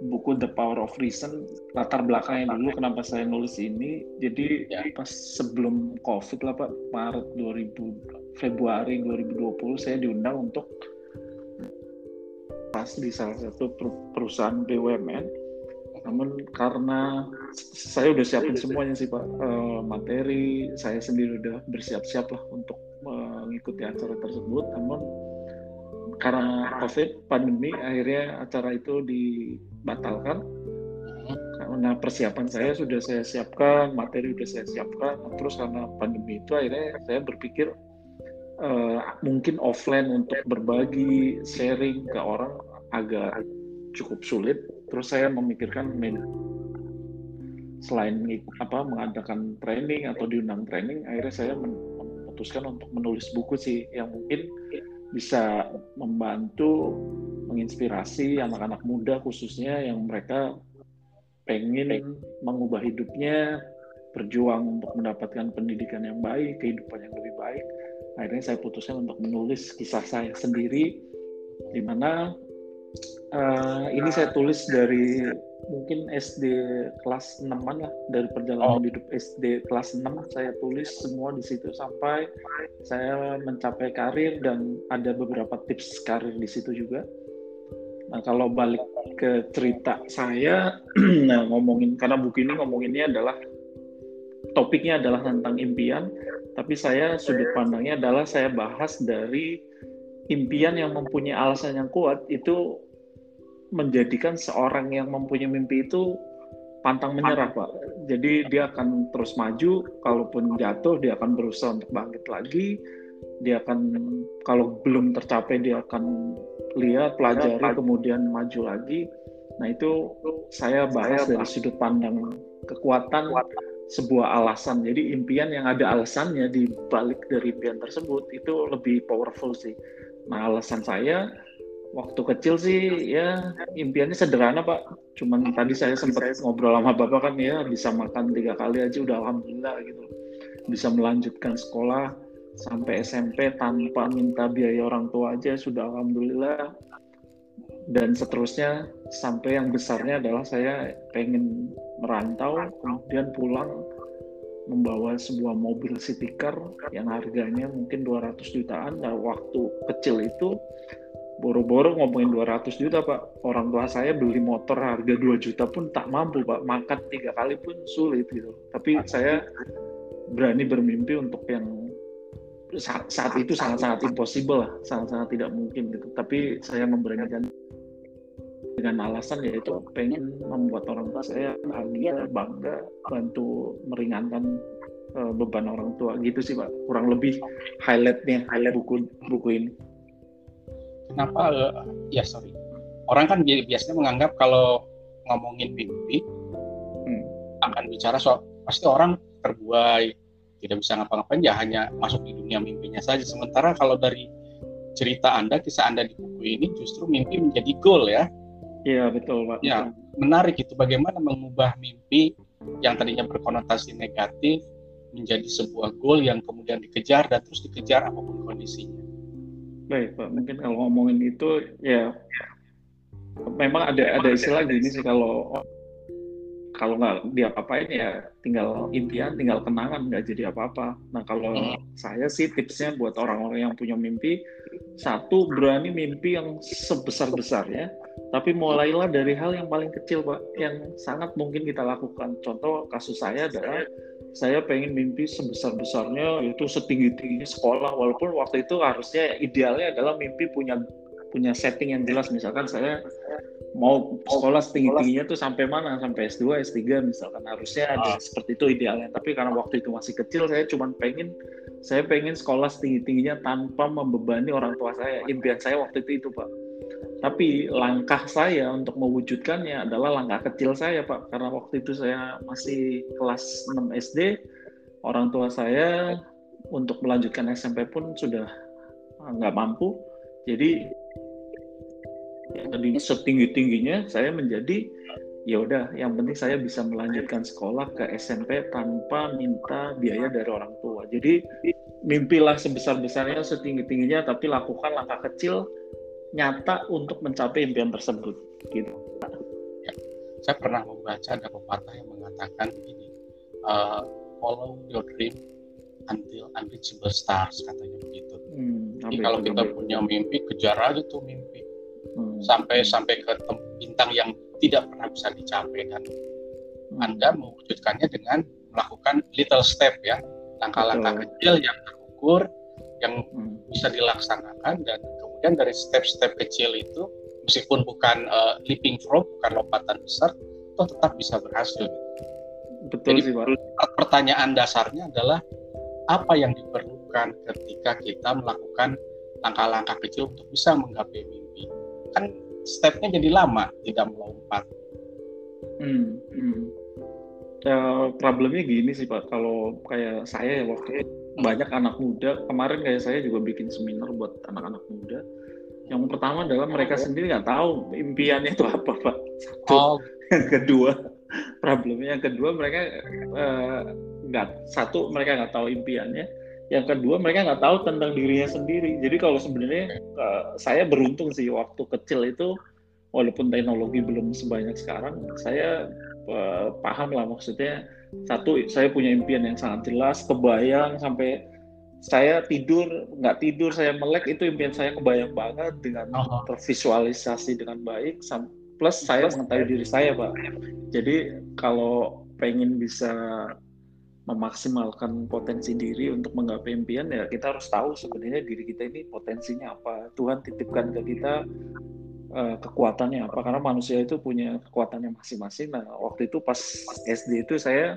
buku The Power of Reason. Latar belakangnya dulu kenapa saya nulis ini. Jadi pas sebelum COVID lah Pak, Februari 2020 saya diundang untuk pas di salah satu perusahaan BUMN. Namun karena saya udah siapin semuanya sih Pak, materi, saya sendiri udah bersiap-siap lah untuk mengikuti acara tersebut. Namun karena COVID, pandemi, akhirnya acara itu dibatalkan. Karena persiapan saya sudah saya siapkan, materi sudah saya siapkan. Terus karena pandemi itu akhirnya saya berpikir mungkin offline untuk berbagi, sharing ke orang agak cukup sulit. Terus saya memikirkan selain mengadakan training atau diundang training, akhirnya saya memutuskan untuk menulis buku sih yang mungkin bisa membantu menginspirasi anak-anak muda khususnya yang mereka pengen mengubah hidupnya, berjuang untuk mendapatkan pendidikan yang baik, kehidupan yang lebih baik. Akhirnya saya putuskan untuk menulis kisah saya sendiri, di mana ini saya tulis dari mungkin SD kelas 6-an lah, dari perjalanan hidup SD kelas 6 saya tulis semua di situ sampai saya mencapai karir dan ada beberapa tips karir di situ juga. Nah, kalau balik ke cerita saya, nah karena buku ini ngomonginnya adalah topiknya adalah tentang impian, tapi saya sudut pandangnya adalah saya bahas dari impian yang mempunyai alasan yang kuat itu menjadikan seorang yang mempunyai mimpi itu pantang menyerah Pak. Jadi dia akan terus maju, kalaupun jatuh dia akan berusaha untuk bangkit lagi. Dia akan, kalau belum tercapai dia akan lihat, pelajari, kemudian maju lagi. Nah itu saya bahas dari sudut pandang kekuatan sebuah alasan. Jadi impian yang ada alasannya di balik dari impian tersebut itu lebih powerful sih. Nah alasan saya waktu kecil sih ya impiannya sederhana Pak. Cuman tadi saya sempat ngobrol sama Bapak kan ya bisa makan 3 kali aja udah alhamdulillah gitu. Bisa melanjutkan sekolah sampai SMP tanpa minta biaya orang tua aja sudah alhamdulillah. Dan seterusnya sampai yang besarnya adalah saya pengen merantau kemudian pulang membawa sebuah mobil city car yang harganya mungkin 200 jutaan. Nah waktu kecil itu boro-boro ngomongin 200 juta Pak, orang tua saya beli motor harga 2 juta pun tak mampu Pak, makan 3 kali pun sulit gitu. Tapi saya berani bermimpi untuk yang saat itu sangat-sangat impossible lah, sangat-sangat tidak mungkin gitu. Tapi saya memberanikan dengan alasan yaitu pengen membuat orang tua saya bahagia, bangga, bantu meringankan beban orang tua gitu sih Pak. Kurang lebih highlight buku ini. Kenapa orang kan biasanya menganggap kalau ngomongin mimpi akan bicara soal pasti orang terbuai, tidak bisa ngapa-ngapain, ya hanya masuk di dunia mimpinya saja. Sementara kalau dari cerita Anda, kisah Anda di buku ini justru mimpi menjadi goal ya. Iya betul Pak. Ya menarik itu, bagaimana mengubah mimpi yang tadinya berkonotasi negatif menjadi sebuah goal yang kemudian dikejar dan terus dikejar apapun kondisinya. Baik Pak, mungkin kalau ngomongin itu ya memang ada istilah gini sih, kalau nggak diapa-apain ya tinggal impian, tinggal kenangan, nggak jadi apa-apa. Nah kalau saya sih tipsnya buat orang-orang yang punya mimpi, satu, berani mimpi yang sebesar-besarnya, tapi mulailah dari hal yang paling kecil Pak, yang sangat mungkin kita lakukan. Contoh kasus saya adalah saya pengen mimpi sebesar-besarnya yaitu setinggi-tingginya sekolah, walaupun waktu itu harusnya idealnya adalah mimpi punya setting yang jelas. Misalkan saya mau sekolah setinggi-tingginya tuh sampai mana, sampai S2, S3 misalkan, harusnya ada seperti itu idealnya. Tapi karena waktu itu masih kecil, saya pengen sekolah setinggi-tingginya tanpa membebani orang tua saya. Impian saya waktu itu Pak. Tapi langkah saya untuk mewujudkannya adalah langkah kecil saya Pak, karena waktu itu saya masih kelas 6 SD, orang tua saya untuk melanjutkan SMP pun sudah nggak mampu. Jadi setinggi-tingginya saya menjadi ya udah, yang penting saya bisa melanjutkan sekolah ke SMP tanpa minta biaya dari orang tua. Jadi mimpilah sebesar-besarnya, setinggi-tingginya, tapi lakukan langkah kecil nyata untuk mencapai impian tersebut gitu. Saya pernah membaca ada pepatah yang mengatakan begini, follow your dream until unreachable stars, katanya begitu. Jadi kalau kita punya mimpi, kejar aja tuh mimpi sampai ke bintang yang tidak pernah bisa dicapai, dan Anda mewujudkannya dengan melakukan little step ya, langkah-langkah kecil yang terukur, yang bisa dilaksanakan, dan kemudian dari step-step kecil itu, meskipun bukan leaping frog, bukan lompatan besar, itu tetap bisa berhasil. Betul. Jadi sih, Pak. Pertanyaan dasarnya adalah apa yang diperlukan ketika kita melakukan langkah-langkah kecil untuk bisa menggapai mimpi. Kan stepnya jadi lama, tidak melompat. Problemnya gini sih Pak, kalau kayak saya ya, waktu banyak anak muda, kemarin kayak saya juga bikin seminar buat anak-anak muda. Yang pertama adalah mereka sendiri nggak tahu impiannya itu apa Pak. Satu. Yang kedua, problemnya yang kedua mereka mereka nggak tahu impiannya. Yang kedua, mereka nggak tahu tentang dirinya sendiri. Jadi kalau sebenarnya saya beruntung sih, waktu kecil itu walaupun teknologi belum sebanyak sekarang, saya paham lah maksudnya. Satu, saya punya impian yang sangat jelas, kebayang sampai saya nggak tidur, saya melek, itu impian saya kebayang banget dengan tervisualisasi dengan baik. Plus saya mengetahui diri saya Pak. Jadi kalau pengen bisa memaksimalkan potensi diri untuk menggapai impian, ya kita harus tahu sebenarnya diri kita ini potensinya apa. Tuhan titipkan ke kita kekuatannya apa, karena manusia itu punya kekuatannya masing-masing. Nah waktu itu pas SD itu saya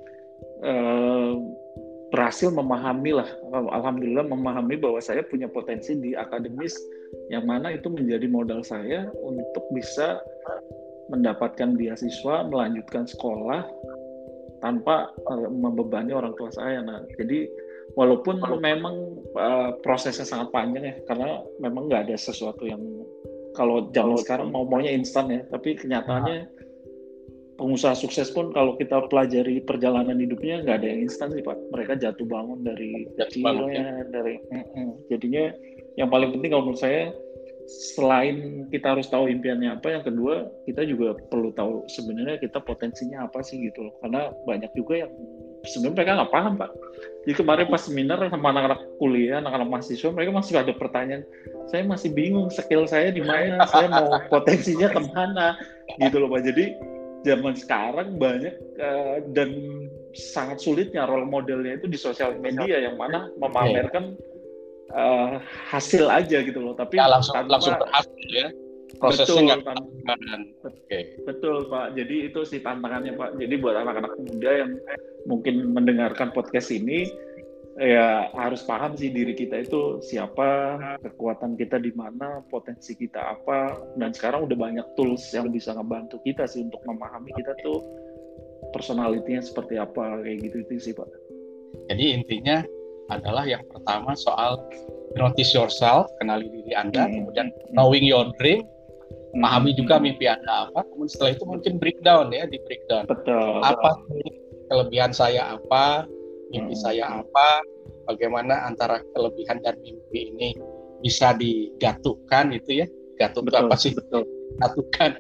berhasil memahami lah, alhamdulillah memahami bahwa saya punya potensi di akademis, yang mana itu menjadi modal saya untuk bisa mendapatkan beasiswa, melanjutkan sekolah tanpa membebani orang tua saya. Nah, jadi walaupun memang prosesnya sangat panjang ya, karena memang nggak ada sesuatu yang kalau zaman sekarang maunya instan ya, tapi kenyataannya pengusaha sukses pun kalau kita pelajari perjalanan hidupnya nggak ada yang instan sih Pak. Mereka jatuh bangun dari kecilnya, jadinya yang paling penting kalau menurut saya, selain kita harus tahu impiannya apa, yang kedua kita juga perlu tahu sebenarnya kita potensinya apa sih gitu loh. Karena banyak juga yang sebenarnya mereka nggak paham Pak. Jadi kemarin pas seminar sama anak-anak kuliah, anak-anak mahasiswa, mereka masih ada pertanyaan, saya masih bingung skill saya di mana, saya mau potensinya kemana gitu loh Pak. Jadi zaman sekarang banyak dan sangat sulitnya role modelnya itu di sosial media, yang mana memamerkan hasil aja gitu loh, tapi ya, langsung berhasil ya, prosesnya nggak betul Pak. Jadi itu sih tantangannya Pak. Jadi buat anak-anak muda yang mungkin mendengarkan podcast ini, ya harus paham sih diri kita itu siapa, kekuatan kita di mana, potensi kita apa. Dan sekarang udah banyak tools yang bisa ngebantu kita sih untuk memahami kita tuh personalitinya seperti apa, kayak gitu itu sih Pak. Jadi intinya adalah yang pertama soal notice yourself, kenali diri Anda, kemudian knowing your dream, memahami juga mimpi Anda apa, kemudian setelah itu mungkin breakdown. Betul. Apa kelebihan saya apa, mimpi saya apa, bagaimana antara kelebihan dan mimpi ini bisa digatukan itu ya. Gatuk itu apa sih? Betul. Gatukan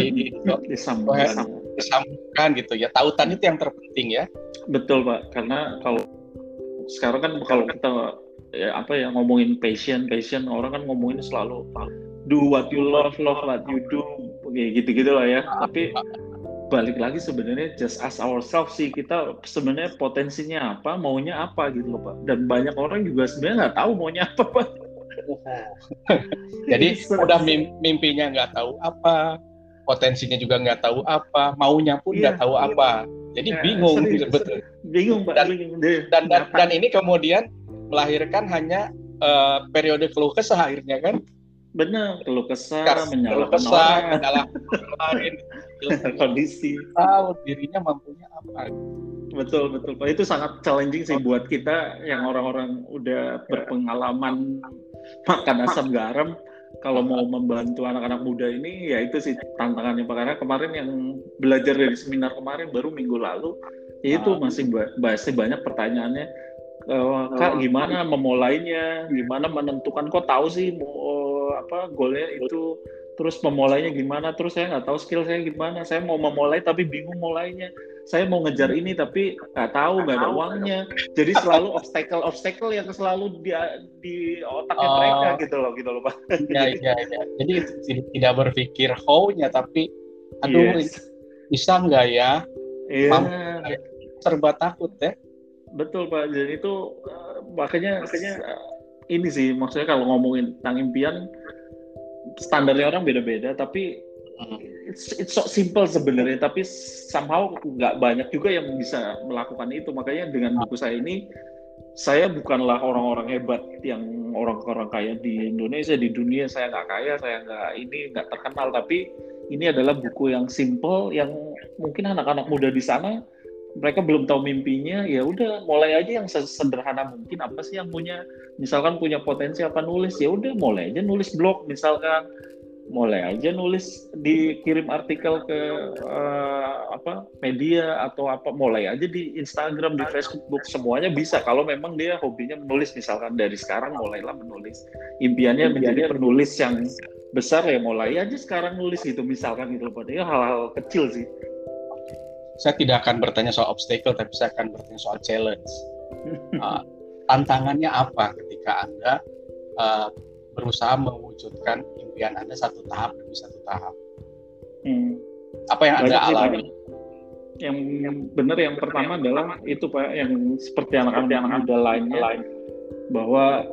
disambungkan gitu ya. Tautan itu yang terpenting ya. Betul Pak, karena kalau sekarang kan kalau kita ngomongin passion, orang kan ngomongin selalu do what you love what you do, gitu lah ya. Tapi balik lagi sebenarnya just ask ourselves sih, kita sebenarnya potensinya apa, maunya apa gitu loh Pak. Dan banyak orang juga sebenarnya nggak tahu maunya apa Pak. Jadi udah mimpinya nggak tahu apa, potensinya juga nggak tahu apa, maunya pun nggak tahu apa. Jadi bingung, betul. Bingung Pak. Dan ini kemudian melahirkan hanya periode keluh kesah akhirnya kan? Benar, keluh kesah, menyalahkan orang lain, kondisi. Tahu dirinya mampunya apa? Betul Pak. Itu sangat challenging sih buat kita yang orang-orang udah berpengalaman makan asam garam. Kalau mau membantu anak-anak muda ini, ya itu sih tantangannya Pak. Karena kemarin yang belajar dari seminar kemarin baru minggu lalu, itu masih banyak pertanyaannya. Kak, gimana memulainya? Gimana menentukan? Kok tahu sih golnya itu? terus memulainya gimana, terus saya nggak tahu skill saya gimana, saya mau memulai tapi bingung mulainya, saya mau ngejar ini tapi nggak tahu, nggak ada uangnya, jadi selalu obstacle yang selalu di otaknya mereka gitu loh Pak. Iya. Jadi tidak berpikir how-nya, tapi aduh, bisa nggak ya? Iya. Serba takut ya. Betul Pak, jadi itu makanya ini sih, maksudnya kalau ngomongin tentang impian, standarnya orang beda-beda, tapi it's so simple sebenarnya, tapi somehow nggak banyak juga yang bisa melakukan itu. Makanya dengan buku saya ini, saya bukanlah orang-orang hebat yang orang-orang kaya di Indonesia, di dunia. Saya nggak kaya, saya nggak terkenal, tapi ini adalah buku yang simple, yang mungkin anak-anak muda di sana mereka belum tahu mimpinya, ya udah mulai aja yang sederhana mungkin. Apa sih yang misalkan punya potensi apa, nulis, ya udah mulai aja nulis blog misalkan, mulai aja nulis, dikirim artikel ke media atau apa, mulai aja di Instagram, di Facebook, semuanya bisa kalau memang dia hobinya menulis. Misalkan dari sekarang mulailah menulis, impiannya menjadi penulis yang besar, ya mulai aja sekarang nulis gitu misalkan gitu. Padahal hal-hal kecil sih. Saya tidak akan bertanya soal obstacle, tapi saya akan bertanya soal challenge. Tantangannya apa ketika Anda berusaha mewujudkan impian Anda satu tahap demi satu tahap? Apa yang Anda alami? Yang benar, yang pertama adalah itu Pak, yang seperti anak-anak muda lainnya, bahwa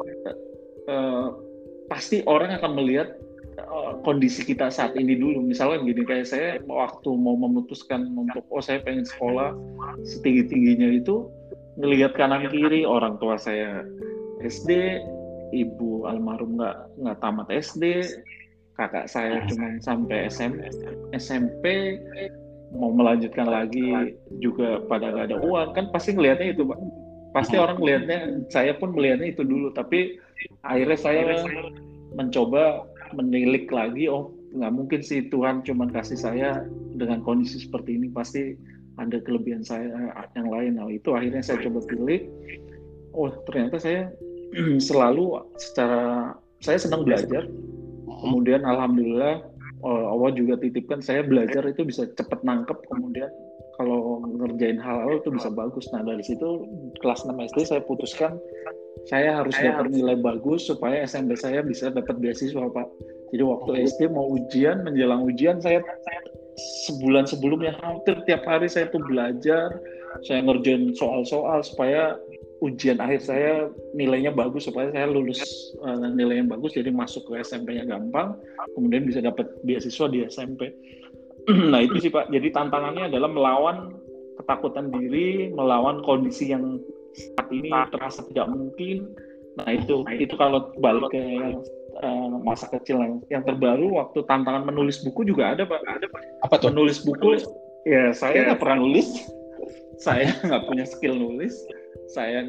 pasti orang akan melihat kondisi kita saat ini dulu. Misalnya gini, kayak saya waktu mau memutuskan untuk saya pengen sekolah setinggi-tingginya itu, ngelihat kanan kiri orang tua saya SD, ibu almarhum nggak tamat SD, kakak saya cuma sampai SMP, mau melanjutkan lagi juga pada nggak ada uang, kan pasti ngelihatnya itu Pak. Pasti orang melihatnya, saya pun melihatnya itu dulu. Tapi akhirnya saya mencoba menilik lagi, oh nggak mungkin sih Tuhan cuma kasih saya dengan kondisi seperti ini, pasti ada kelebihan saya yang lain. Nah itu akhirnya saya coba pilih, oh ternyata saya selalu saya senang belajar, kemudian alhamdulillah Allah juga titipkan saya belajar itu bisa cepat nangkep, kemudian kalau ngerjain hal-hal itu bisa bagus. Nah dari situ kelas 6 SD saya putuskan saya harus dapat nilai bagus supaya SMP saya bisa dapat beasiswa Pak. Jadi waktu SD mau ujian, menjelang ujian, saya sebulan sebelumnya hampir tiap hari saya tuh belajar, saya ngerjain soal-soal supaya ujian akhir saya nilainya bagus, supaya saya lulus nilainya bagus, jadi masuk ke SMP-nya gampang, kemudian bisa dapat beasiswa di SMP. Nah itu sih Pak, jadi tantangannya adalah melawan ketakutan diri, melawan kondisi yang saat ini terasa tidak mungkin. Nah itu kalau balik ke masa kecil yang terbaru, waktu tantangan menulis buku juga ada Pak. Apa tuh? Menulis buku, ya saya nggak pernah nulis, saya nggak punya skill nulis, saya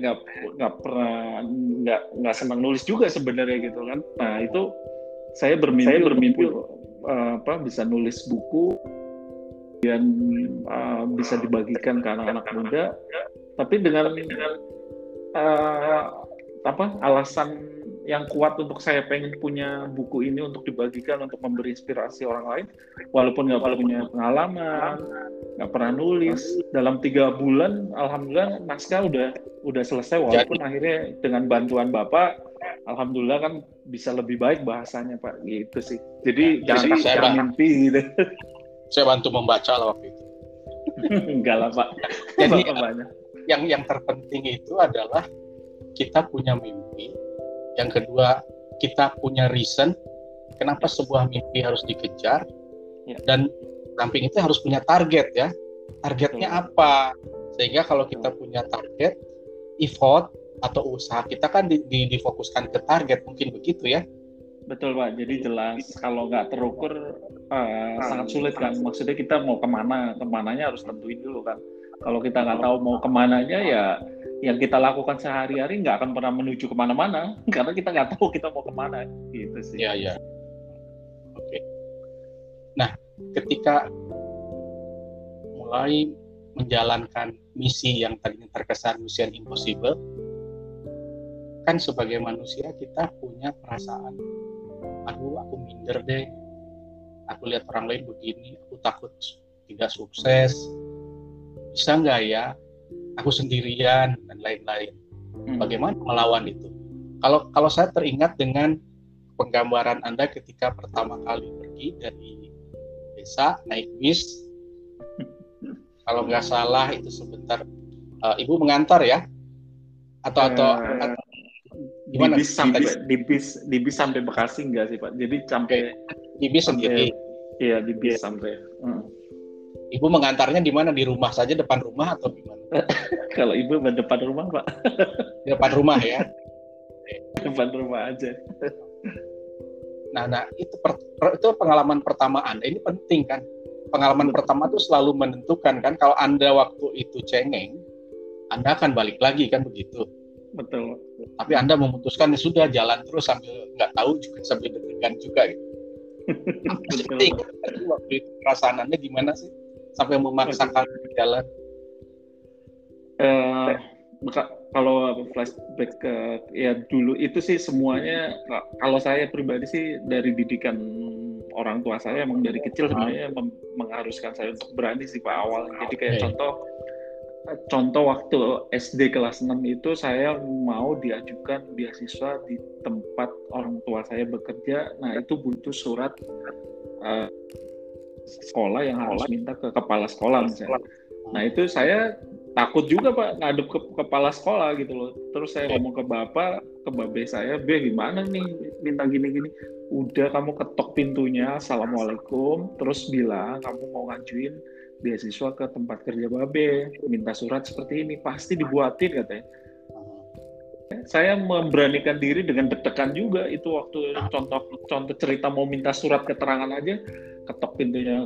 nggak senang nulis juga sebenarnya gitu kan. Nah itu saya bermimpi bisa nulis buku dan bisa dibagikan ke anak-anak muda, tapi dengan alasan yang kuat untuk saya pengen punya buku ini untuk dibagikan, untuk memberi inspirasi orang lain, walaupun nggak punya pengalaman, nggak pernah nulis. Dalam 3 bulan alhamdulillah naskah udah selesai, walaupun akhirnya dengan bantuan Bapak alhamdulillah kan bisa lebih baik bahasanya Pak, gitu sih. Jadi jangan mimpi gitu. Saya bantu membaca lah waktu itu. Enggak lah Pak. Jadi yang terpenting itu adalah kita punya mimpi. Yang kedua, kita punya reason kenapa sebuah mimpi harus dikejar. Ya. Dan samping itu harus punya target ya. Targetnya apa? Sehingga kalau kita punya target, effort atau usaha kita kan difokuskan ke target, mungkin begitu ya. Betul Pak, jadi jelas. Kalau nggak terukur sangat sulit kan. Maksudnya kita mau kemananya harus tentuin dulu kan. Kalau kita nggak tahu mau kemananya, ya yang kita lakukan sehari-hari nggak akan pernah menuju kemana-mana, karena kita nggak tahu kita mau kemana, gitu sih. Iya. Oke. Nah, ketika mulai menjalankan misi yang tadinya terkesan mission impossible, kan sebagai manusia kita punya perasaan, aduh aku minder deh, aku lihat orang lain begini, aku takut tidak sukses, bisa nggak ya, aku sendirian dan lain-lain. Bagaimana melawan itu? Kalau saya teringat dengan penggambaran Anda ketika pertama kali pergi dari desa naik bis, kalau nggak salah itu sebentar, Ibu mengantar ya, atau gimana? Di bis sampai Bekasi enggak sih Pak? Jadi sampai di bis sendiri. Iya, di bis sampai. Ibu mengantarnya di mana? Di rumah saja, depan rumah atau gimana? Kalau ibu depan rumah Pak. Depan rumah ya. Depan rumah aja. Nah itu pengalaman pertama Anda. Ini penting kan? Pengalaman pertama itu selalu menentukan kan. Kalau Anda waktu itu cengeng, Anda akan balik lagi kan begitu. Betul. Tapi Anda memutuskan sudah jalan terus sambil nggak tahu juga, sambil deg-degan juga gitu. Waktu itu perasaan Anda gimana sih sampai memaksakan jalan? Kalau flashback ya dulu itu sih semuanya, kalau saya pribadi sih dari didikan orang tua saya emang dari kecil sebenarnya mengharuskan saya untuk berani sih Pak awal. Jadi kayak contoh waktu SD kelas 6 itu saya mau diajukan beasiswa di tempat orang tua saya bekerja. Nah itu butuh surat sekolah yang harus minta ke kepala sekolah misalnya. Nah itu saya takut juga Pak ngadep ke kepala sekolah gitu loh. Terus saya ngomong ke babe saya, gimana nih minta gini-gini. Udah kamu ketok pintunya, assalamualaikum, terus bilang kamu mau ngajuin beasiswa ke tempat kerja babe, minta surat seperti ini, pasti dibuatin katanya. Saya memberanikan diri dengan deg-degan juga itu waktu contoh cerita mau minta surat keterangan aja, ketok pintunya.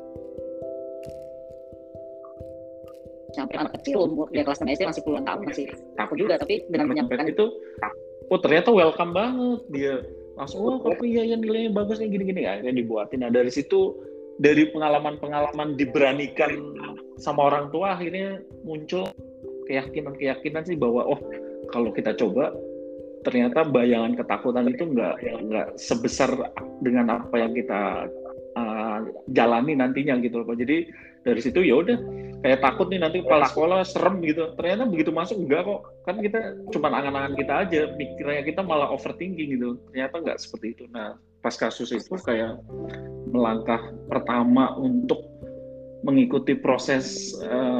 Sampai anak kecil umur dia kelas 6 SD masih puluhan tahun masih takut juga, tapi dengan menyampaikan itu ternyata welcome banget dia, langsung iya nilainya bagus nih gini-gini, akhirnya dibuatin. Nah dari situ, dari pengalaman diberanikan sama orang tua, akhirnya muncul keyakinan sih bahwa kalau kita coba ternyata bayangan ketakutan itu nggak sebesar dengan apa yang kita jalani nantinya gitu loh. Jadi dari situ ya udah kayak takut nih nanti kepala sekolah serem gitu, ternyata begitu masuk enggak kok, kan kita cuma angan-angan kita aja, mikirnya kita malah overthinking gitu, ternyata nggak seperti itu. Nah pas kasus itu kayak melangkah pertama untuk mengikuti proses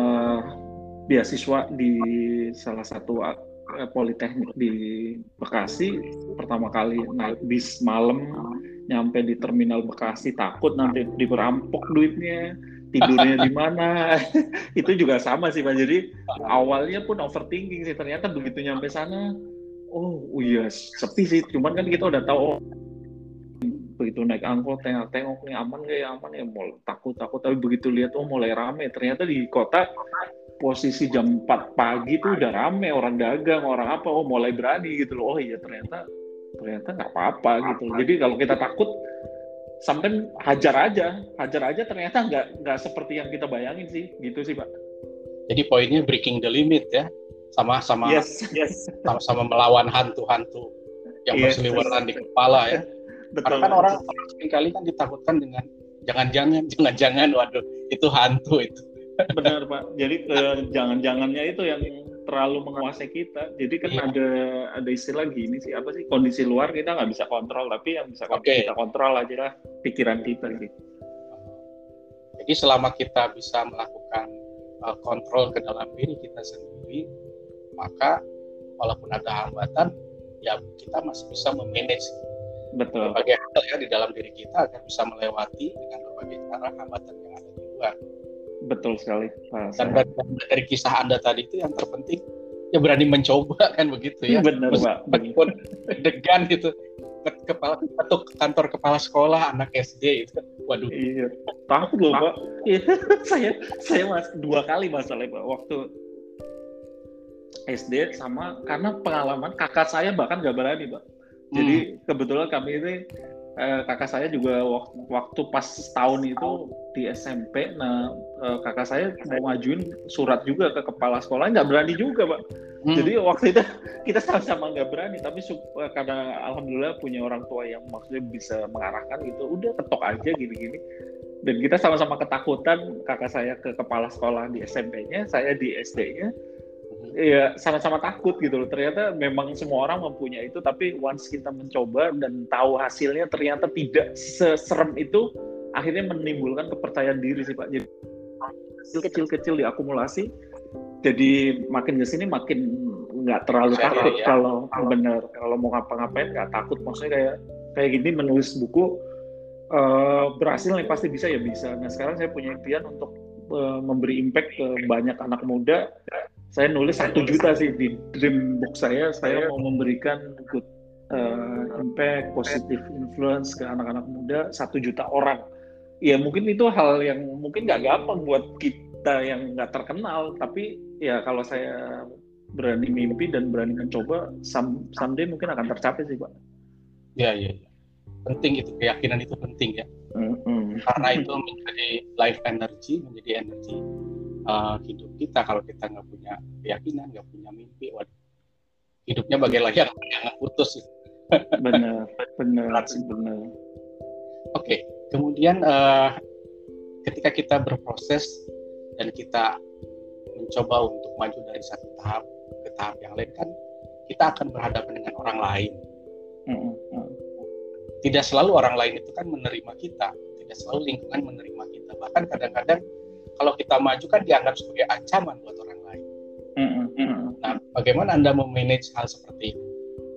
beasiswa di salah satu politeknik di Bekasi. Pertama kali naik bis malam nyampe di terminal Bekasi, takut nanti diperampok duitnya, tidurnya di mana. Itu juga sama sih Pak. Jadi awalnya pun overthinking sih, ternyata begitu nyampe sana, iya sepi sih, cuman kan kita udah tahu begitu naik angkot tengok nih aman ya, mau takut, tapi begitu lihat mulai rame, ternyata di kota posisi jam 4 pagi tuh udah rame, orang dagang, orang apa, mulai berani gitu loh. Iya ternyata nggak apa-apa gitu. Jadi kalau kita takut sampai hajar aja ternyata nggak seperti yang kita bayangin sih, gitu sih Pak. Jadi poinnya breaking the limit ya, sama-sama yes. sama melawan hantu-hantu yang berseliweran di kepala ya. Betul. Karena kan orang seringkali kan ditakutkan dengan jangan-jangan waduh itu hantu itu. Benar Pak. Jadi jangan-jangannya itu yang terlalu menguasai kita. Jadi kan ada istilah gini sih, apa sih, kondisi luar kita nggak bisa kontrol, tapi yang bisa kita kontrol aja lah pikiran kita gitu. Jadi selama kita bisa melakukan kontrol ke dalam diri kita sendiri, maka walaupun ada hambatan, ya kita masih bisa memanage berbagai hal ya di dalam diri kita agar bisa melewati dengan berbagai cara hambatan yang ada di luar. Betul sekali. Dan dari kisah Anda tadi itu yang terpenting ya berani mencoba kan begitu ya. Benar Pak. Meskipun degan gitu. Ketuk kantor kepala sekolah anak SD itu. Waduh. Iya. Takut loh Pak. saya masih 2 kali masalahnya Pak. Waktu SD sama karena pengalaman kakak saya bahkan nggak berani Pak. Jadi kebetulan kami ini kakak saya juga waktu pas tahun itu di SMP, kakak saya mau ngajuin surat juga ke kepala sekolah, nggak berani juga, Pak. Jadi waktu itu kita sama-sama nggak berani, tapi karena alhamdulillah punya orang tua yang maksudnya bisa mengarahkan gitu, udah ketok aja gini-gini. Dan kita sama-sama ketakutan, kakak saya ke kepala sekolah di SMP-nya, saya di SD-nya. Ya sama-sama takut gitu loh. Ternyata memang semua orang mempunyai itu, tapi once kita mencoba dan tahu hasilnya ternyata tidak seserem itu, akhirnya menimbulkan kepercayaan diri sih Pak. Jadi kecil-kecil diakumulasi, jadi makin kesini makin nggak terlalu takut ya. Kalau mau ngapa-ngapain nggak takut. Maksudnya kayak gini menulis buku berhasil nih pasti bisa ya bisa. Nah sekarang saya punya impian untuk memberi impact ke banyak anak muda. Saya nulis 1 juta sih di dream box saya mau memberikan good impact, positive influence ke anak-anak muda 1 juta orang. Ya mungkin itu hal yang mungkin nggak gampang buat kita yang nggak terkenal, tapi ya kalau saya berani mimpi dan berani mencoba, someday mungkin akan tercapai sih Pak. Ya. Penting itu, keyakinan itu penting ya. Karena itu menjadi life energy, menjadi energi hidup kita. Kalau kita nggak punya keyakinan, nggak punya mimpi, waduh, hidupnya bagai layar yang putus. Benar. Oke, kemudian ketika kita berproses dan kita mencoba untuk maju dari satu tahap ke tahap yang lain, kan kita akan berhadapan dengan orang lain. Tidak selalu orang lain itu kan menerima kita, tidak selalu lingkungan menerima kita. Bahkan kadang-kadang kalau kita maju kan dianggap sebagai ancaman buat orang lain. Nah, bagaimana Anda memanage hal seperti itu?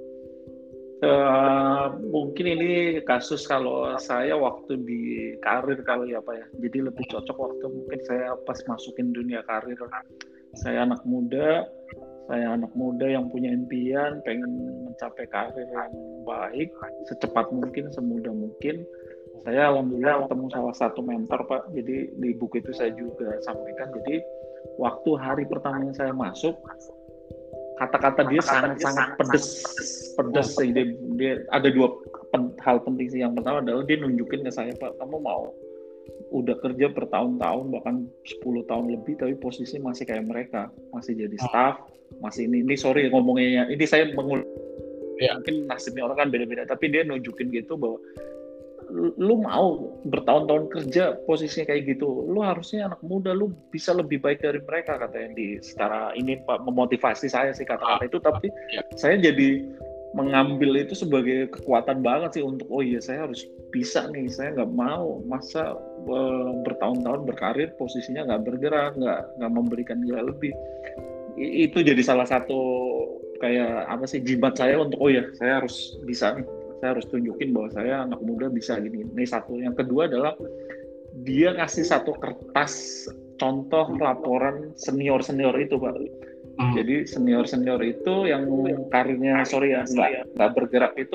Mungkin ini kasus kalau saya waktu di karir kali ya Pak ya. Jadi lebih cocok waktu mungkin saya pas masukin dunia karir. Saya anak muda yang punya impian, pengen mencapai karir yang baik secepat mungkin, semudah mungkin. Saya alhamdulillah ketemu salah satu mentor Pak. Jadi di buku itu saya juga sampaikan. Jadi waktu hari pertama saya masuk, kata-kata dia sangat-sangat pedes sih. Dia ada 2 hal penting sih. Yang pertama adalah dia nunjukin ke saya, Pak, kamu mau udah kerja bertahun-tahun bahkan 10 tahun lebih tapi posisi masih kayak mereka, masih jadi staff, masih ini sorry ngomongnya ini saya mungkin nasibnya orang kan beda-beda, tapi dia nunjukin gitu bahwa lu mau bertahun-tahun kerja posisinya kayak gitu, lu harusnya anak muda, lu bisa lebih baik dari mereka, katanya. Di secara ini Pak memotivasi saya sih kata-kata itu, tapi saya jadi mengambil itu sebagai kekuatan banget sih untuk oh iya saya harus bisa nih, saya nggak mau masa bertahun-tahun berkarir posisinya nggak bergerak, nggak memberikan nilai lebih. Itu jadi salah satu kayak apa sih jimat saya untuk oh ya saya harus bisa nih, saya harus tunjukin bahwa saya anak muda bisa gini. Ini satu. Yang kedua adalah dia ngasih satu kertas contoh laporan senior itu Pak. Jadi senior itu yang karirnya nggak bergerak itu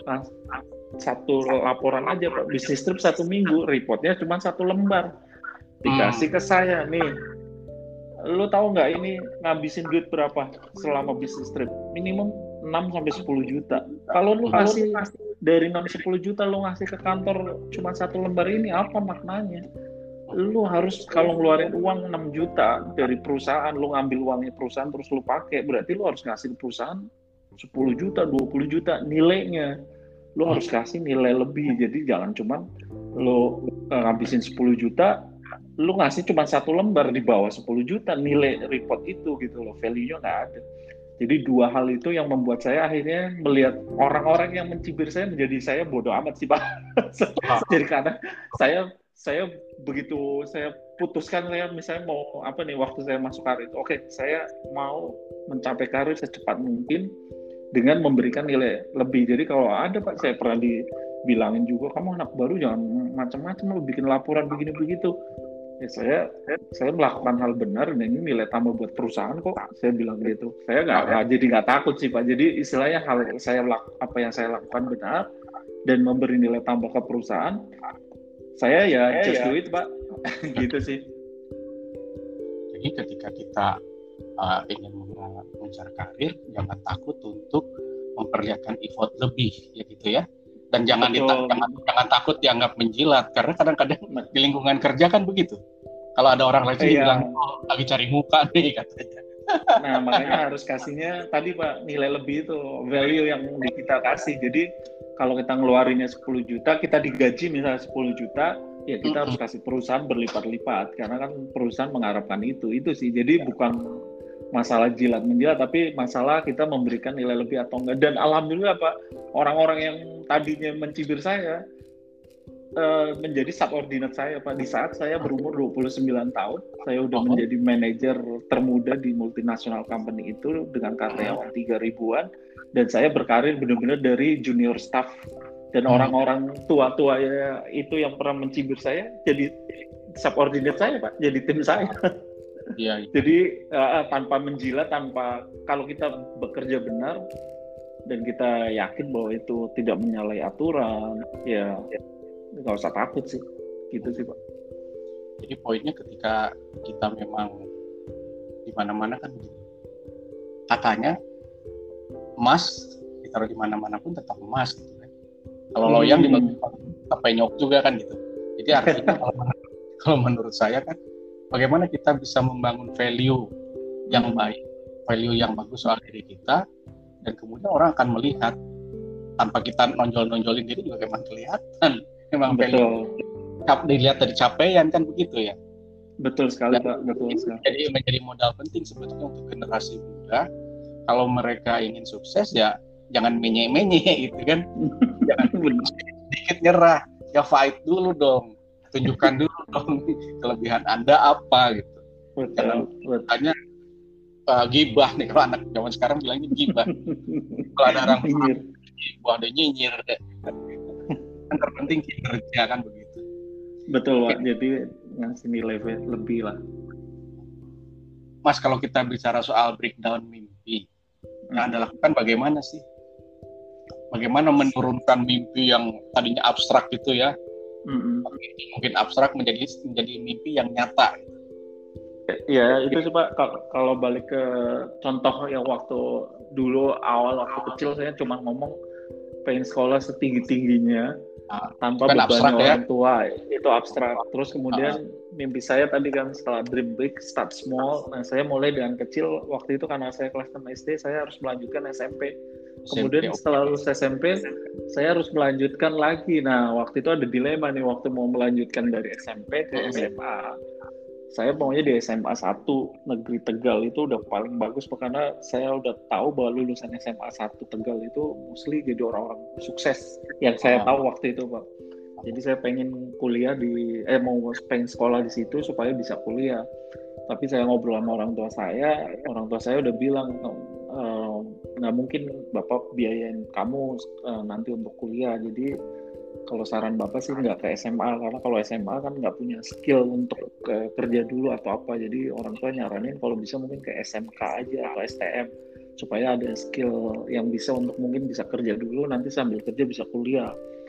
satu laporan aja Pak, bisnis trip 1 minggu, reportnya cuma 1 lembar, dikasih ke saya nih. Lu tahu nggak ini ngabisin duit berapa selama bisnis trip? Minimum 6-10 juta. Kalau lu kasih dari 6-10 juta lu ngasih ke kantor cuma 1 lembar ini, apa maknanya? Lu harus kalau ngeluarin uang 6 juta dari perusahaan, lu ngambil uangnya perusahaan terus lu pakai, berarti lu harus ngasih ke perusahaan 10 juta, 20 juta nilainya. Lu harus kasih nilai lebih. Jadi jangan cuma lu ngabisin 10 juta, lu ngasih cuma 1 lembar di bawah 10 juta nilai report itu gitu loh, value-nya nggak ada. Jadi 2 hal itu yang membuat saya akhirnya melihat orang-orang yang mencibir saya menjadi saya bodoh amat sih Pak. Jadi karena saya begitu saya putuskan, saya misalnya mau apa nih waktu saya masuk karir, oke, saya mau mencapai karir secepat mungkin dengan memberikan nilai lebih. Jadi kalau ada Pak, saya pernah dibilangin juga, kamu anak baru jangan macam-macam lo bikin laporan begini begitu. Ya saya melakukan hal benar dan ini nilai tambah buat perusahaan kok, saya bilang gitu. Saya nggak takut sih Pak. Jadi istilahnya apa yang saya lakukan benar dan memberi nilai tambah ke perusahaan. Saya just do it Pak. Gitu sih. Jadi ketika kita ingin mengejar karir, jangan takut untuk memperlihatkan effort lebih, ya gitu ya. Dan jangan takut dianggap menjilat, karena kadang-kadang di lingkungan kerja kan begitu. Kalau ada orang lain bilang, lagi cari muka nih katanya. Nah, makanya harus kasihnya tadi Pak, nilai lebih itu, value yang kita kasih. Jadi kalau kita ngeluarinnya 10 juta, kita digaji misalnya 10 juta, ya kita harus kasih perusahaan berlipat-lipat, karena kan perusahaan mengharapkan itu sih. Jadi bukan masalah jilat-menjilat, tapi masalah kita memberikan nilai lebih atau enggak. Dan alhamdulillah Pak, orang-orang yang tadinya mencibir saya menjadi subordinate saya Pak. Di saat saya berumur 29 tahun, saya udah menjadi manajer termuda di multinational company itu dengan karyawan 3.000-an, dan saya berkarir benar-benar dari junior staff, dan orang-orang tua-tua ya, itu yang pernah mencibir saya jadi subordinate saya Pak, jadi tim saya. Iya. Jadi tanpa menjilat, kalau kita bekerja benar dan kita yakin bahwa itu tidak menyalahi aturan, ya nggak usah takut sih, gitu sih Pak. Jadi poinnya ketika kita memang di mana-mana kan begitu. Katanya emas ditaruh di mana-mana pun tetap emas gitu kan. Kalau loyang dibagi tetap penyok juga kan gitu. Jadi artinya kalau menurut saya kan, bagaimana kita bisa membangun value yang baik, value yang bagus soal diri kita, dan kemudian orang akan melihat tanpa kita nonjolin diri juga memang kelihatan. Memang betul. Dilihat dari capaian kan begitu ya. Betul sekali Pak, betul sekali. Jadi menjadi modal penting sebetulnya untuk generasi muda. Kalau mereka ingin sukses ya jangan menye-menye gitu kan. Jangan sedikit nyerah, ya fight dulu dong. Tunjukkan dulu dong kelebihan Anda apa gitu. Jangan hanya gibah nih, kalau anak zaman sekarang bilangnya gibah. Kalau ada orang gibah ada nyinyir. Yang terpenting kinerja kan begitu. Betul Pak, jadi ngasih nilai lebih lah. Mas, kalau kita bicara soal breakdown mimpi, yang Anda lakukan bagaimana sih? Bagaimana menurunkan mimpi yang tadinya abstrak gitu ya? Mungkin abstrak menjadi mimpi yang nyata. Ya itu sih Pak, kalau balik ke contoh yang waktu dulu waktu kecil saya cuma ngomong pengen sekolah setinggi-tingginya tanpa beban orang tua, itu abstrak. Terus kemudian mimpi saya tadi kan setelah dream big, start small. Nah saya mulai dengan kecil, waktu itu karena saya kelas 6 SD, saya harus melanjutkan SMP. Kemudian setelah lulus SMP, saya harus melanjutkan lagi. Nah waktu itu ada dilema nih, waktu mau melanjutkan dari SMP ke SMA. Saya maunya di SMA 1 Negeri Tegal itu udah paling bagus, karena saya udah tahu bahwa lulusan SMA 1 Tegal itu mostly jadi orang-orang sukses yang saya tahu waktu itu Pak. Jadi saya pengen kuliah pengen sekolah di situ supaya bisa kuliah. Tapi saya ngobrol sama orang tua saya udah bilang nggak mungkin Bapak biayain kamu nanti untuk kuliah. Jadi kalau saran Bapak sih nggak ke SMA, karena kalau SMA kan nggak punya skill untuk kerja dulu atau apa. Jadi orang tua nyaranin kalau bisa mungkin ke SMK aja atau STM, supaya ada skill yang bisa untuk mungkin bisa kerja dulu, nanti sambil kerja bisa kuliah.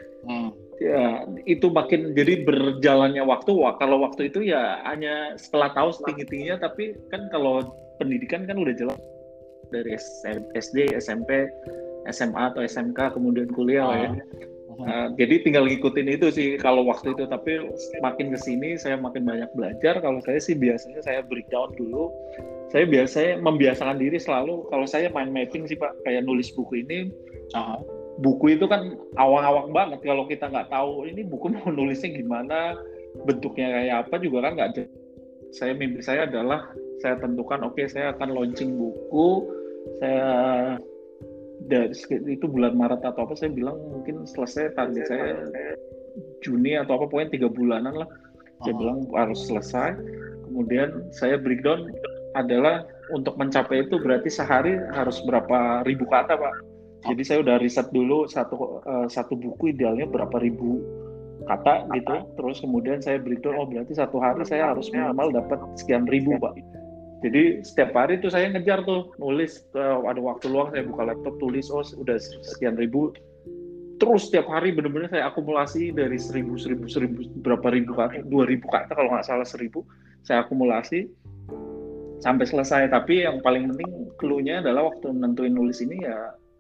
Ya itu makin jadi berjalannya waktu. Kalau waktu itu ya hanya setelah tahu setinggi-tingginya, tapi kan kalau pendidikan kan udah jelas dari SD, SMP, SMA atau SMK kemudian kuliah lah ya. Jadi tinggal ngikutin itu sih kalau waktu itu. Tapi makin kesini saya makin banyak belajar. Kalau saya sih biasanya saya breakdown dulu. Saya biasanya membiasakan diri selalu, kalau saya mind mapping sih Pak, kayak nulis buku ini. Buku itu kan awang-awang banget kalau kita nggak tahu ini buku mau nulisnya gimana, bentuknya kayak apa juga kan nggak jelas. Mimpi saya adalah saya tentukan saya akan launching buku. Saya dari itu bulan Maret atau apa, saya bilang mungkin selesai, target saya Juni atau apa, pokoknya 3 bulanan lah. Saya bilang harus selesai. Kemudian saya breakdown adalah untuk mencapai itu berarti sehari harus berapa ribu kata Pak. Jadi saya udah riset dulu satu buku idealnya berapa ribu kata gitu. Terus kemudian saya breakdown, berarti satu hari saya harus minimal dapat sekian ribu Pak. Jadi setiap hari tuh saya ngejar tuh nulis, ada waktu luang saya buka laptop tulis, udah sekian ribu. Terus setiap hari benar-benar saya akumulasi dari 1000 berapa ribu kata, 2000 kata kalau nggak salah, 1000 saya akumulasi sampai selesai. Tapi yang paling penting clue-nya adalah waktu nentuin nulis ini ya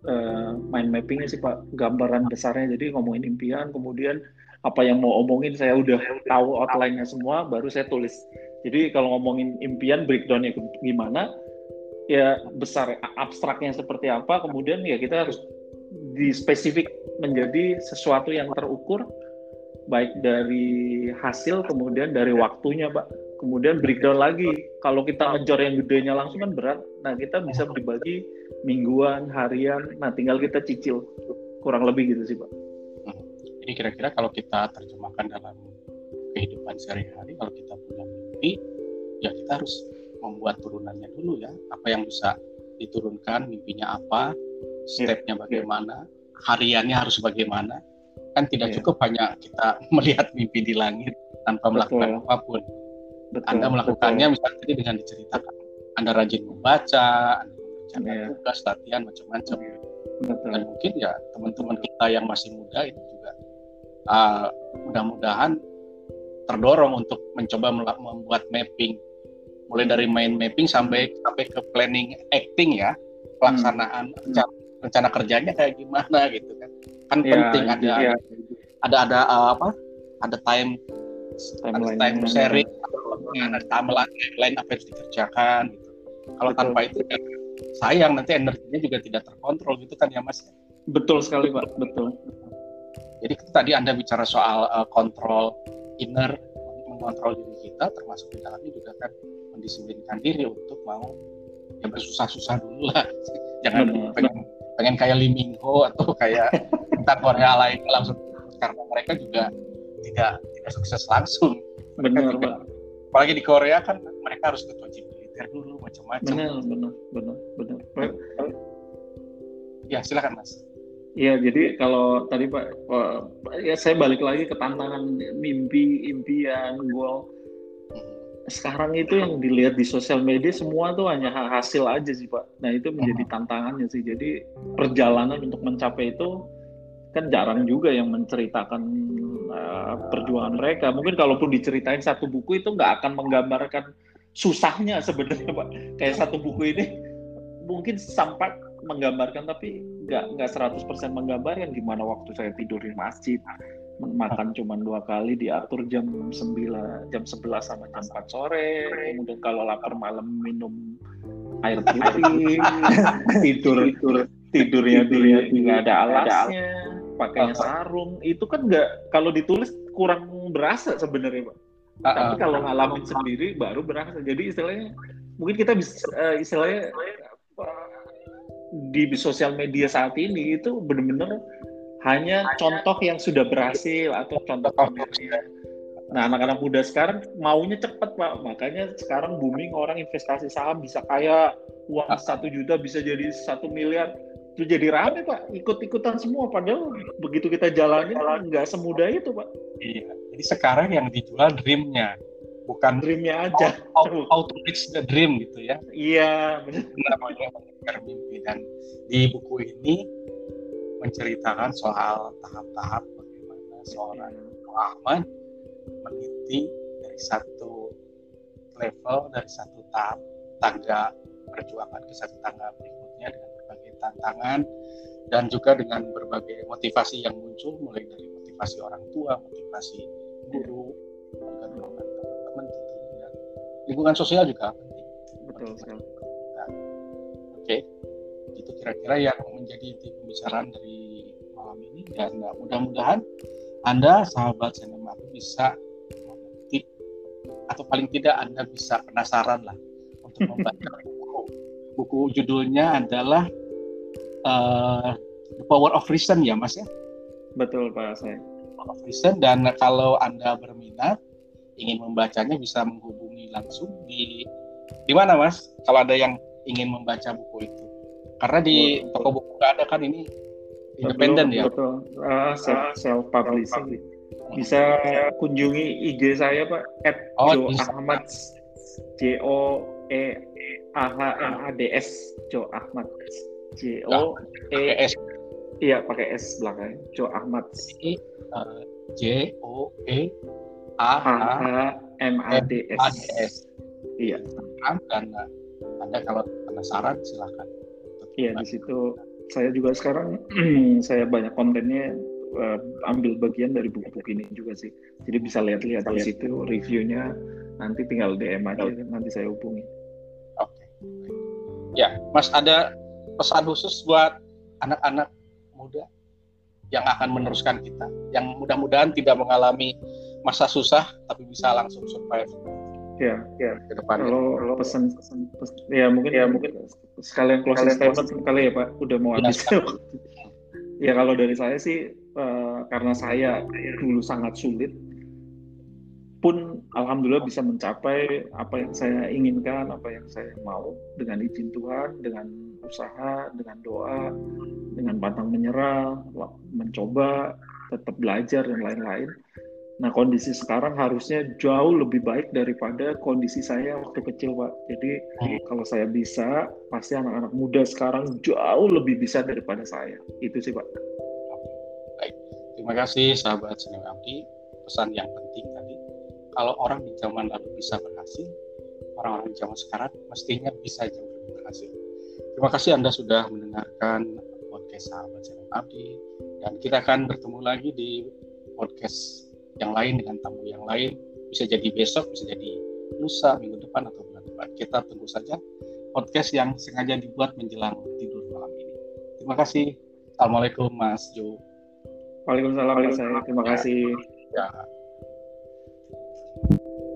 mind mappingnya sih Pak, gambaran besarnya. Jadi ngomongin impian, kemudian apa yang mau omongin saya udah tahu outline-nya semua, baru saya tulis. Jadi kalau ngomongin impian, breakdown-nya gimana, ya besar abstraknya seperti apa, kemudian ya kita harus dispesifik menjadi sesuatu yang terukur, baik dari hasil, kemudian dari waktunya Pak. Kemudian breakdown lagi, kalau kita ngejar yang gedenya langsung kan berat, nah kita bisa dibagi mingguan, harian, nah tinggal kita cicil, kurang lebih gitu sih Pak. Jadi kira-kira kalau kita terjemahkan dalam kehidupan sehari-hari, kalau kita punya mimpi, ya kita harus membuat turunannya dulu ya, apa yang bisa diturunkan, mimpinya apa, stepnya bagaimana, hariannya harus bagaimana. Kan tidak cukup hanya kita melihat mimpi di langit tanpa melakukan apapun. Anda melakukannya misalnya dengan diceritakan. Anda rajin membaca, Anda mengerjakan tugas, latihan, macam-macam. Dan mungkin ya teman-teman kita yang masih muda itu juga mudah-mudahan terdorong untuk mencoba membuat mapping. Mulai dari main mapping sampai ke planning acting ya, pelaksanaan rencana kerjanya kayak gimana gitu kan. Kan penting ada time sharing, ada timeline apa yang harus dikerjakan gitu. Kalau tanpa itu kan sayang, nanti energinya juga tidak terkontrol gitu kan ya Mas. Betul sekali Pak, betul. Jadi tadi Anda bicara soal kontrol inner, mengontrol diri kita, termasuk di dalamnya juga kan mendisiplinkan diri untuk mau ya bersusah-susah dulu lah. Jangan pengen kayak Lee Min Ho atau kayak bintang Korea lain langsung, karena mereka juga tidak sukses langsung. Benar. Apalagi di Korea kan mereka harus ikut wajib militer dulu, macam-macam. Benar. Ya silakan Mas. Ya, jadi kalau tadi Pak, ya saya balik lagi ke tantangan mimpi, impian, goal. Sekarang itu yang dilihat di sosial media semua tuh hanya hasil aja sih Pak. Nah itu menjadi tantangannya sih. Jadi perjalanan untuk mencapai itu kan jarang juga yang menceritakan perjuangan mereka. Mungkin kalaupun diceritain satu buku itu nggak akan menggambarkan susahnya sebenarnya Pak. Kayak satu buku ini mungkin sampai menggambarkan tapi nggak 100% menggambarkan gimana waktu saya tidur di masjid, makan cuma 2 kali, diatur jam 11 sama jam 4 sore, kemudian kalau lapar malam minum air putih, tidurnya nggak ada alasnya, pakainya sarung. Itu kan nggak, kalau ditulis kurang berasa sebenarnya Pak. Tapi kalau ngalamin sendiri baru berasa. Jadi istilahnya mungkin kita bisa istilahnya di sosial media saat ini itu benar-benar hanya contoh yang sudah berhasil atau contoh pamernya. Nah, anak-anak muda sekarang maunya cepat Pak, makanya sekarang booming orang investasi saham bisa kaya, uang 1 juta bisa jadi 1 miliar, itu jadi rame Pak, ikut-ikutan semua, padahal begitu kita jalanin nggak semudah itu Pak. Iya, jadi sekarang yang dijual dreamnya, bukan dreamnya aja, how to reach the dream gitu ya. Iya, benar. Namanya mimpi. Dan di buku ini menceritakan soal tahap-tahap bagaimana seorang Ahmad meniti dari satu level, dari satu tahap tangga perjuangan ke satu tangga berikutnya dengan berbagai tantangan dan juga dengan berbagai motivasi yang muncul, mulai dari motivasi orang tua, motivasi guru, juga dorongan teman-teman tentunya. Lingkungan sosial juga penting. Betul sekali. Oke. Itu kira-kira yang menjadi inti pembicaraan dari malam ini, dan mudah-mudahan Anda sahabat Cinema bisa mengerti, atau paling tidak Anda bisa penasaran lah untuk membaca buku judulnya adalah The Power of Reason ya Mas ya. Betul Pak saya. Power of Reason, dan kalau Anda berminat ingin membacanya bisa menghubungi langsung di mana Mas kalau ada yang ingin membaca buku itu. Karena di toko buku nggak ada kan, ini independen ya. Betul. Self publishing. Bisa kunjungi IG saya Pak @joahmad JOEAHMADS Joahmad JOE iya pakai S belakang Joahmad JOEAHMADS iya. Dan Anda kalau penasaran silakan. Iya, di situ saya juga sekarang saya banyak kontennya ambil bagian dari buku-buku ini juga sih. Jadi bisa lihat-lihat di situ reviewnya, nanti tinggal DM aja, nanti saya hubungi. Oke. Ya, Mas ada pesan khusus buat anak-anak muda yang akan meneruskan kita, yang mudah-mudahan tidak mengalami masa susah tapi bisa langsung survive ya ke depan. Kalau pesan ya mungkin sekalian closing statement kali ya Pak, udah mau habis. Ya kalau dari saya sih karena saya dulu sangat sulit pun alhamdulillah bisa mencapai apa yang saya inginkan, apa yang saya mau dengan izin Tuhan, dengan usaha, dengan doa, dengan pantang menyerah, mencoba, tetap belajar dan lain-lain. Nah kondisi sekarang harusnya jauh lebih baik daripada kondisi saya waktu kecil Pak. Jadi kalau saya bisa, pasti anak-anak muda sekarang jauh lebih bisa daripada saya. Itu sih Pak. Baik, terima kasih sahabat Senin Abdi. Pesan yang penting tadi, kalau orang di zaman lalu bisa berhasil, orang-orang di zaman sekarang mestinya bisa jauh lebih berhasil. Terima kasih Anda sudah mendengarkan podcast sahabat Senin Abdi, dan kita akan bertemu lagi di podcast yang lain dengan tamu yang lain. Bisa jadi besok, bisa jadi lusa, minggu depan, atau bulan depan. Kita tunggu saja podcast yang sengaja dibuat menjelang tidur malam ini. Terima kasih. Assalamualaikum Mas Jo. Waalaikumsalam Mas. Terima kasih. Ya.